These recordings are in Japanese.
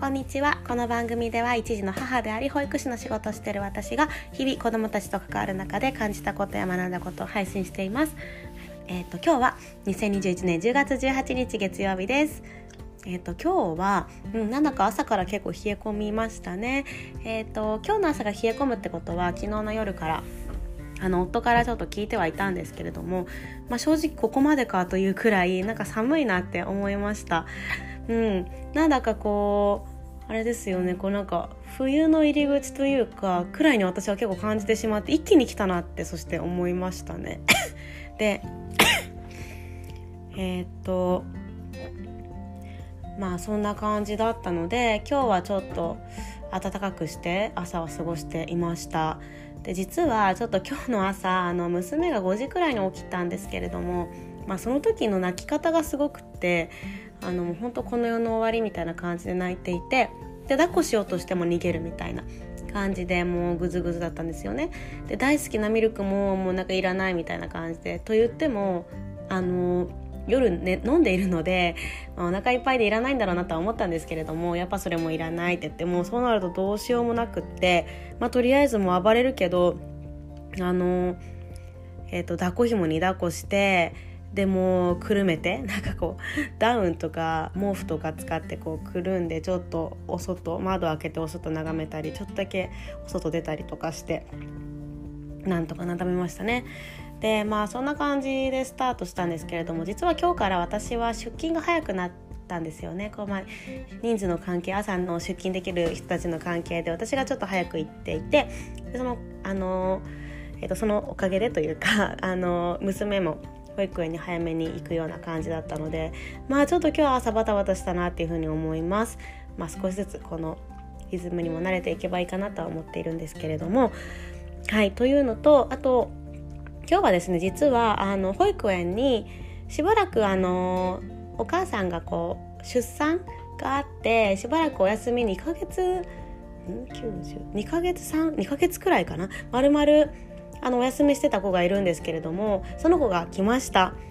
こんにちは。この番組では一児の母であり保育士の仕事をしている私が日々子どもたちと関わる中で感じたことや学んだことを配信しています。今日は2021年10月18日月曜日です。今日は、なんだか朝から結構冷え込みましたね。今日の朝が冷え込むってことは昨日の夜から夫からちょっと聞いてはいたんですけれども、正直ここまでかというくらいなんか寒いなって思いました。なんだかあれですよね、なんか冬の入り口というかくらいに私は結構感じてしまって、一気に来たなってそして思いましたねでそんな感じだったので、今日はちょっと暖かくして朝は過ごしていました。で、実はちょっと今日の朝娘が5時くらいに起きたんですけれども、その時の泣き方がすごくってもう本当この世の終わりみたいな感じで泣いていて、で抱っこしようとしても逃げるみたいな感じでもうグズグズだったんですよね。で、大好きなミルクももうなんかいらないみたいな感じで、と言っても夜ね飲んでいるので、お腹いっぱいでいらないんだろうなとは思ったんですけれども、やっぱそれもいらないって言って、もうそうなるとどうしようもなくって、とりあえずもう暴れるけど抱っこ紐に抱っこして、でもくるめてなんかダウンとか毛布とか使ってくるんで、ちょっとお外窓開けてお外眺めたり、ちょっとだけお外出たりとかしてなんとかなだめましたね。でそんな感じでスタートしたんですけれども、実は今日から私は出勤が早くなったんですよね。人数の関係、朝の出勤できる人たちの関係で私がちょっと早く行っていて、でそのおかげでというか娘も保育園に早めに行くような感じだったので、ちょっと今日は朝バタバタしたなっていうふうに思います。少しずつこのリズムにも慣れていけばいいかなとは思っているんですけれども、というのと、あと今日はですね、実は保育園にしばらくお母さんが出産があって、しばらくお休み2ヶ月くらいかな、丸々お休みしてた子がいるんですけれども、その子が来ました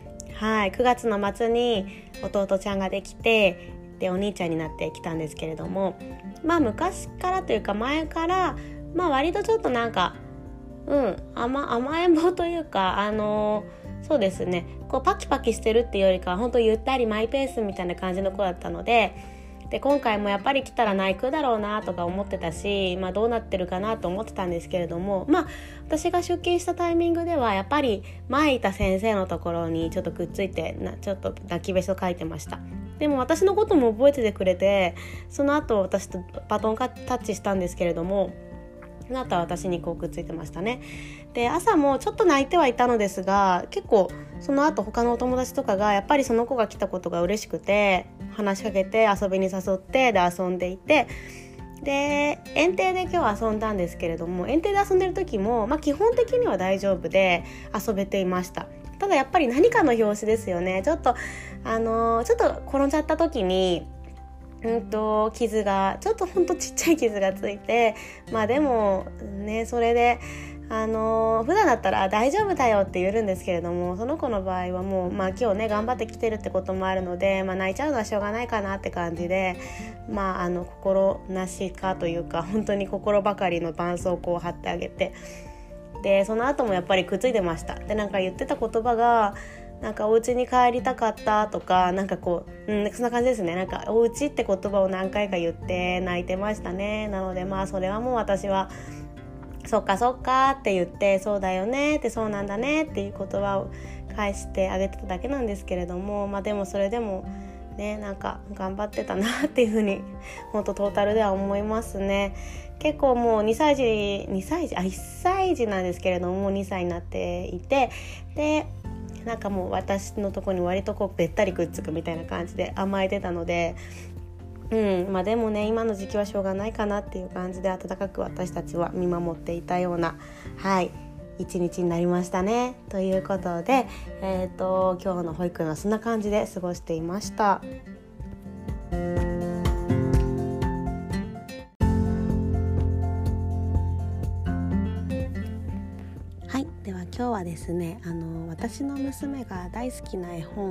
。9月の末に弟ちゃんができて、でお兄ちゃんになってきたんですけれども、昔からというか前から割とちょっとなんか甘えん坊というかそうですね、パキパキしてるっていうよりかは本当ゆったりマイペースみたいな感じの子だったので、今回もやっぱり来たら泣くだろうなとか思ってたし、どうなってるかなと思ってたんですけれども、私が出勤したタイミングではやっぱり前いた先生のところにちょっとくっついてちょっと泣きべそ書いてました。でも私のことも覚えててくれて、その後私とバトンタッチしたんですけれども、その後は私にくっついてましたね。で、朝もちょっと泣いてはいたのですが、結構その後他のお友達とかがやっぱりその子が来たことが嬉しくて話しかけて遊びに誘ってで遊んでいて、で園庭で今日遊んだんですけれども、園庭で遊んでる時も、基本的には大丈夫で遊べていました。ただやっぱり何かの拍子ですよね。ちょっと転んじゃった時に傷がちょっとほんとちっちゃい傷がついて、でもね、それで普段だったら大丈夫だよって言えるんですけれども、その子の場合はもう今日ね頑張ってきてるってこともあるので、泣いちゃうのはしょうがないかなって感じで、心なしかというか本当に心ばかりの絆創膏を貼ってあげて、でその後もやっぱりくっついてました。でなんか言ってた言葉がお家に帰りたかったとか、そんな感じですね。お家って言葉を何回か言って泣いてましたね。なのでそれはもう私はそっかそっかって言って、そうだよねって、そうなんだねっていう言葉を返してあげてただけなんですけれども、でもそれでもね、頑張ってたなっていうふうに本当トータルでは思いますね。結構もう1歳児なんですけれども、2歳になっていて、でもう私のところに割とべったりくっつくみたいな感じで甘えてたので、でもね、今の時期はしょうがないかなっていう感じで、温かく私たちは見守っていたような一日になりましたね。ということで、今日の保育園はそんな感じで過ごしていました。では今日はですね、私の娘が大好きな絵本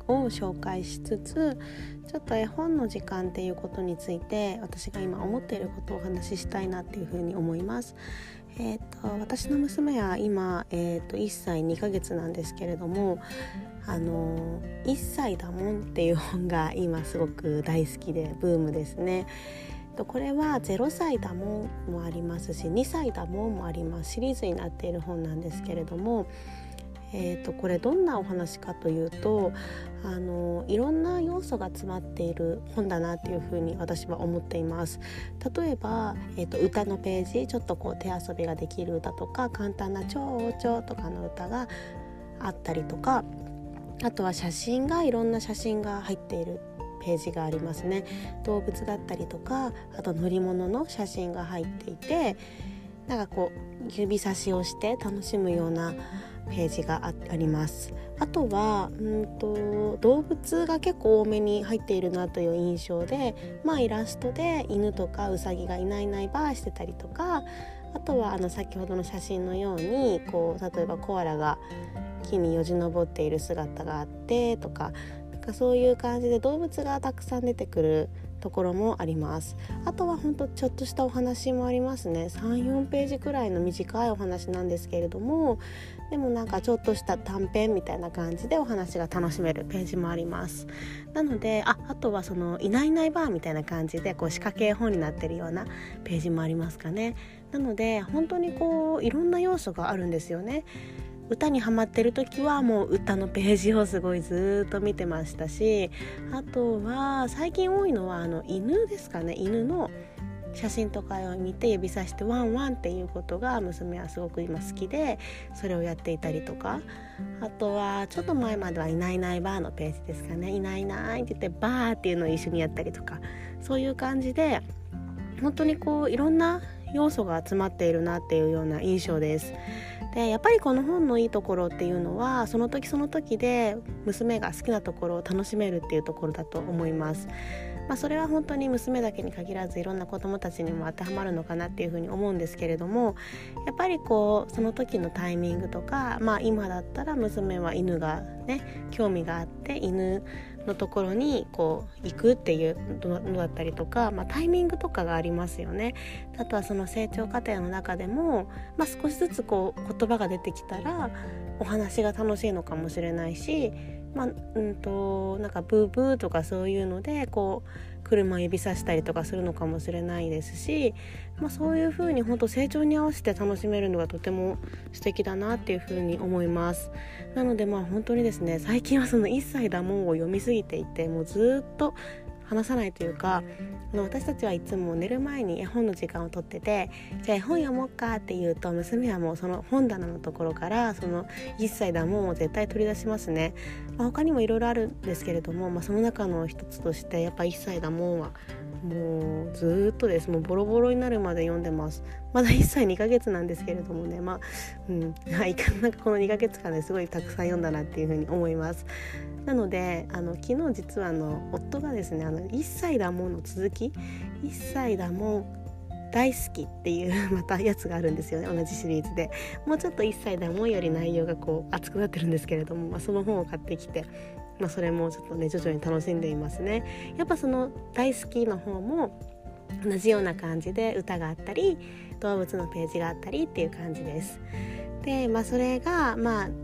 を紹介しつつ、ちょっと絵本の時間っていうことについて私が今思っていることをお話ししたいなっていうふうに思います。私の娘は今、1歳2ヶ月なんですけれども、1歳だもんっていう本が今すごく大好きでブームですね。これは0歳だもんもありますし2歳だもんもあります。シリーズになっている本なんですけれども、これどんなお話かというと、いろんな要素が詰まっている本だなっていうふうに私は思っています。例えば、歌のページ、ちょっとこう手遊びができる歌とか、簡単なちょうちょとかの歌があったりとか、あとはいろんな写真が入っているページがありますね。動物だったりとか、あと乗り物の写真が入っていて、なんかこう指差しをして楽しむようなページが あります。あとは動物が結構多めに入っているなという印象で、イラストで犬とかウサギがいないばーしてたりとか、あとは先ほどの写真のようにこう例えばコアラが木によじ登っている姿があってとか、そういう感じで動物がたくさん出てくるところもあります。あとは本当ちょっとしたお話もありますね。 3,4 ページくらいの短いお話なんですけれども、でもなんかちょっとした短編みたいな感じでお話が楽しめるページもあります。なのであとはそのいないバーみたいな感じでこう仕掛け絵本になってるようなページもありますかね。なので本当にこういろんな要素があるんですよね。歌にハマってる時はもう歌のページをすごいずっと見てましたし、あとは最近多いのは犬ですかね。犬の写真とかを見て指さしてワンワンっていうことが娘はすごく今好きで、それをやっていたりとか、あとはちょっと前まではいないバーのページですかね。いないって言ってバーっていうのを一緒にやったりとか、そういう感じで本当にこういろんな要素が集まっているなっていうような印象です。でやっぱりこの本のいいところっていうのは、その時その時で娘が好きなところを楽しめるっていうところだと思います。それは本当に娘だけに限らずいろんな子どもたちにも当てはまるのかなっていうふうに思うんですけれども、やっぱりこうその時のタイミングとか、今だったら娘は犬がね興味があって犬のところにこう行くっていうのだったりとか、タイミングとかがありますよね。あとはその成長過程の中でも、少しずつこう言葉が出てきたらお話が楽しいのかもしれないし、なんかブーブーとかそういうのでこう車を指さしたりとかするのかもしれないですし、そういう風に本当成長に合わせて楽しめるのがとても素敵だなっていう風に思います。なので本当にですね、最近はその1歳だもんを読みすぎていて、もうずっと話さないというか、私たちはいつも寝る前に絵本の時間をとってて、じゃあ絵本読もうかって言うと娘はもうその本棚のところからその1歳だもんを絶対取り出しますね。他にもいろいろあるんですけれども、その中の一つとしてやっぱ1歳だもんはもうずっとです。もうボロボロになるまで読んでます。まだ1歳2ヶ月なんですけれどもね、なんかこの2ヶ月間ですごいたくさん読んだなっていうふうに思います。なので昨日実は夫がですね1歳だもんの続き、1歳だもん大好きっていうまたやつがあるんですよね。同じシリーズでもうちょっと1歳だもんより内容がこう熱くなってるんですけれども、その本を買ってきて、それもちょっとね徐々に楽しんでいますね。やっぱその大好きの方も同じような感じで歌があったり動物のページがあったりっていう感じです。でそれが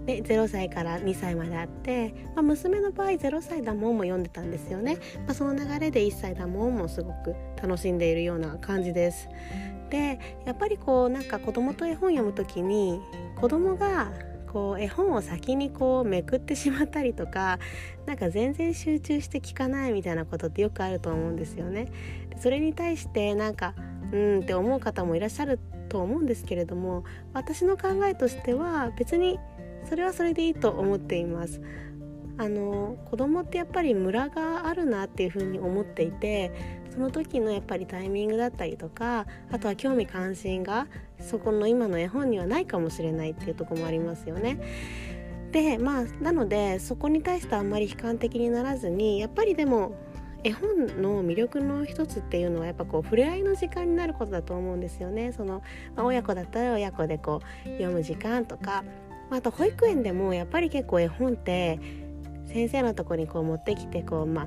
0歳から2歳まであって、娘の場合0歳だもんも読んでたんですよね。その流れで1歳だもんもすごく楽しんでいるような感じです。でやっぱりこうなんか子供と絵本読むときに子供がこう絵本を先にこうめくってしまったりとか、なんか全然集中して聞かないみたいなことってよくあると思うんですよね。それに対してなんかって思う方もいらっしゃると思うんですけれども、私の考えとしては別にそれはそれでいいと思っています。子供ってやっぱりムラがあるなっていうふうに思っていて、その時のやっぱりタイミングだったりとか、あとは興味関心がそこの今の絵本にはないかもしれないっていうところもありますよね。でなのでそこに対してあんまり悲観的にならずに、やっぱりでも絵本の魅力の一つっていうのはやっぱこう触れ合いの時間になることだと思うんですよね。親子だったら親子でこう読む時間とか、あと保育園でもやっぱり結構絵本って先生のところにこう持ってきて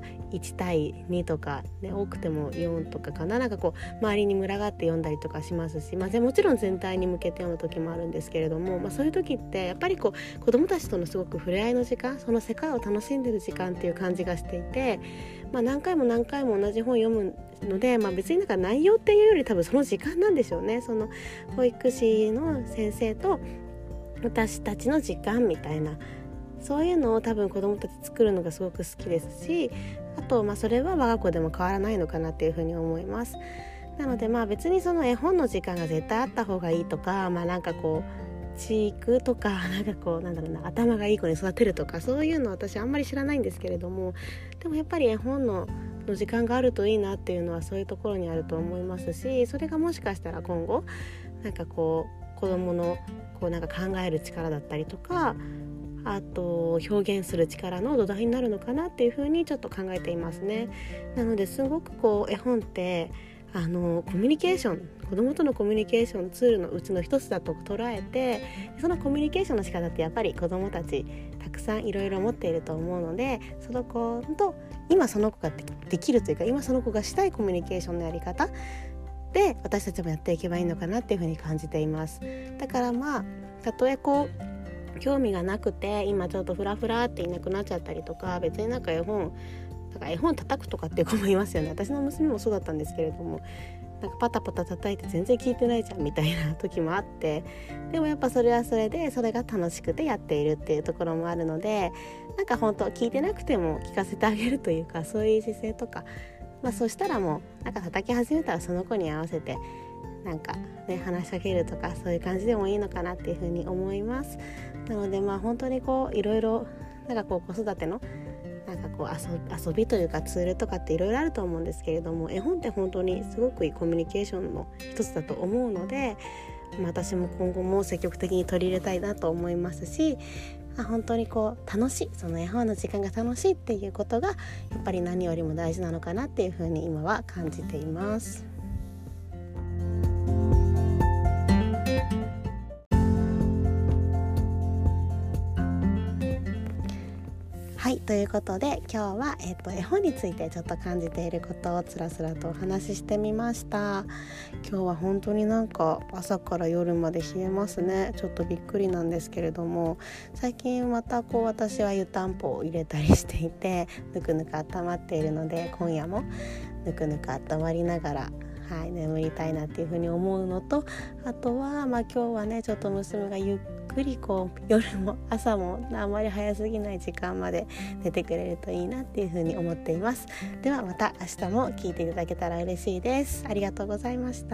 1対2とか、ね、多くても4とかかな、なんかこう周りに群がって読んだりとかしますし、もちろん全体に向けて読む時もあるんですけれども、そういう時ってやっぱりこう子どもたちとのすごく触れ合いの時間、その世界を楽しんでる時間っていう感じがしていて、何回も何回も同じ本読むので、別になんか内容っていうより多分その時間なんでしょうね。その保育士の先生と私たちの時間みたいな、そういうのを多分子どもたち作るのがすごく好きですし、あとそれは我が子でも変わらないのかなっていうふうに思います。なので別にその絵本の時間が絶対あった方がいいとか、なんかこう知育とか、なんかこう頭がいい子に育てるとか、そういうの私あんまり知らないんですけれども、でもやっぱり絵本の時間があるといいなっていうのはそういうところにあると思いますし、それがもしかしたら今後なんかこう子どものこうなんか考える力だったりとか、あと表現する力の土台になるのかなっていうふうにちょっと考えていますね。なのですごくこう絵本ってコミュニケーション、子どもとのコミュニケーションツールのうちの一つだと捉えて、そのコミュニケーションの仕方ってやっぱり子どもたちたくさんいろいろ持っていると思うので、その子と今その子ができるというか、今その子がしたいコミュニケーションのやり方で私たちもやっていけばいいのかなっていうふうに感じています。だからたとえこう興味がなくて今ちょっとフラフラっていなくなっちゃったりとか、別になんか絵本叩くとかっていう子もいますよね。私の娘もそうだったんですけれども、なんかパタパタ叩いて全然聞いてないじゃんみたいな時もあって、でもやっぱそれはそれでそれが楽しくてやっているっていうところもあるので、なんか本当聞いてなくても聞かせてあげるというか、そういう姿勢とか、そしたらもうなんか叩き始めたらその子に合わせてなんかね話しかけるとか、そういう感じでもいいのかなっていうふうに思います。なので本当にこういろいろなんかこう子育てのなんかこう遊びというかツールとかっていろいろあると思うんですけれども、絵本って本当にすごくいいコミュニケーションの一つだと思うので、私も今後も積極的に取り入れたいなと思いますし、本当にこう楽しい、その絵本の時間が楽しいっていうことがやっぱり何よりも大事なのかなっていうふうに今は感じています。はい、ということで今日は、絵本についてちょっと感じていることをつらつらとお話ししてみました。今日は本当になんか朝から夜まで冷えますね。ちょっとびっくりなんですけれども、最近またこう私は湯たんぽを入れたりしていて、ぬくぬく温まっているので、今夜もぬくぬく温まりながら眠りたいなっていうふうに思うのと、あとは今日はねちょっと娘がゆっくりこう夜も朝もあんまり早すぎない時間まで寝てくれるといいなっていうふうに思っています。ではまた明日も聞いていただけたら嬉しいです。ありがとうございました。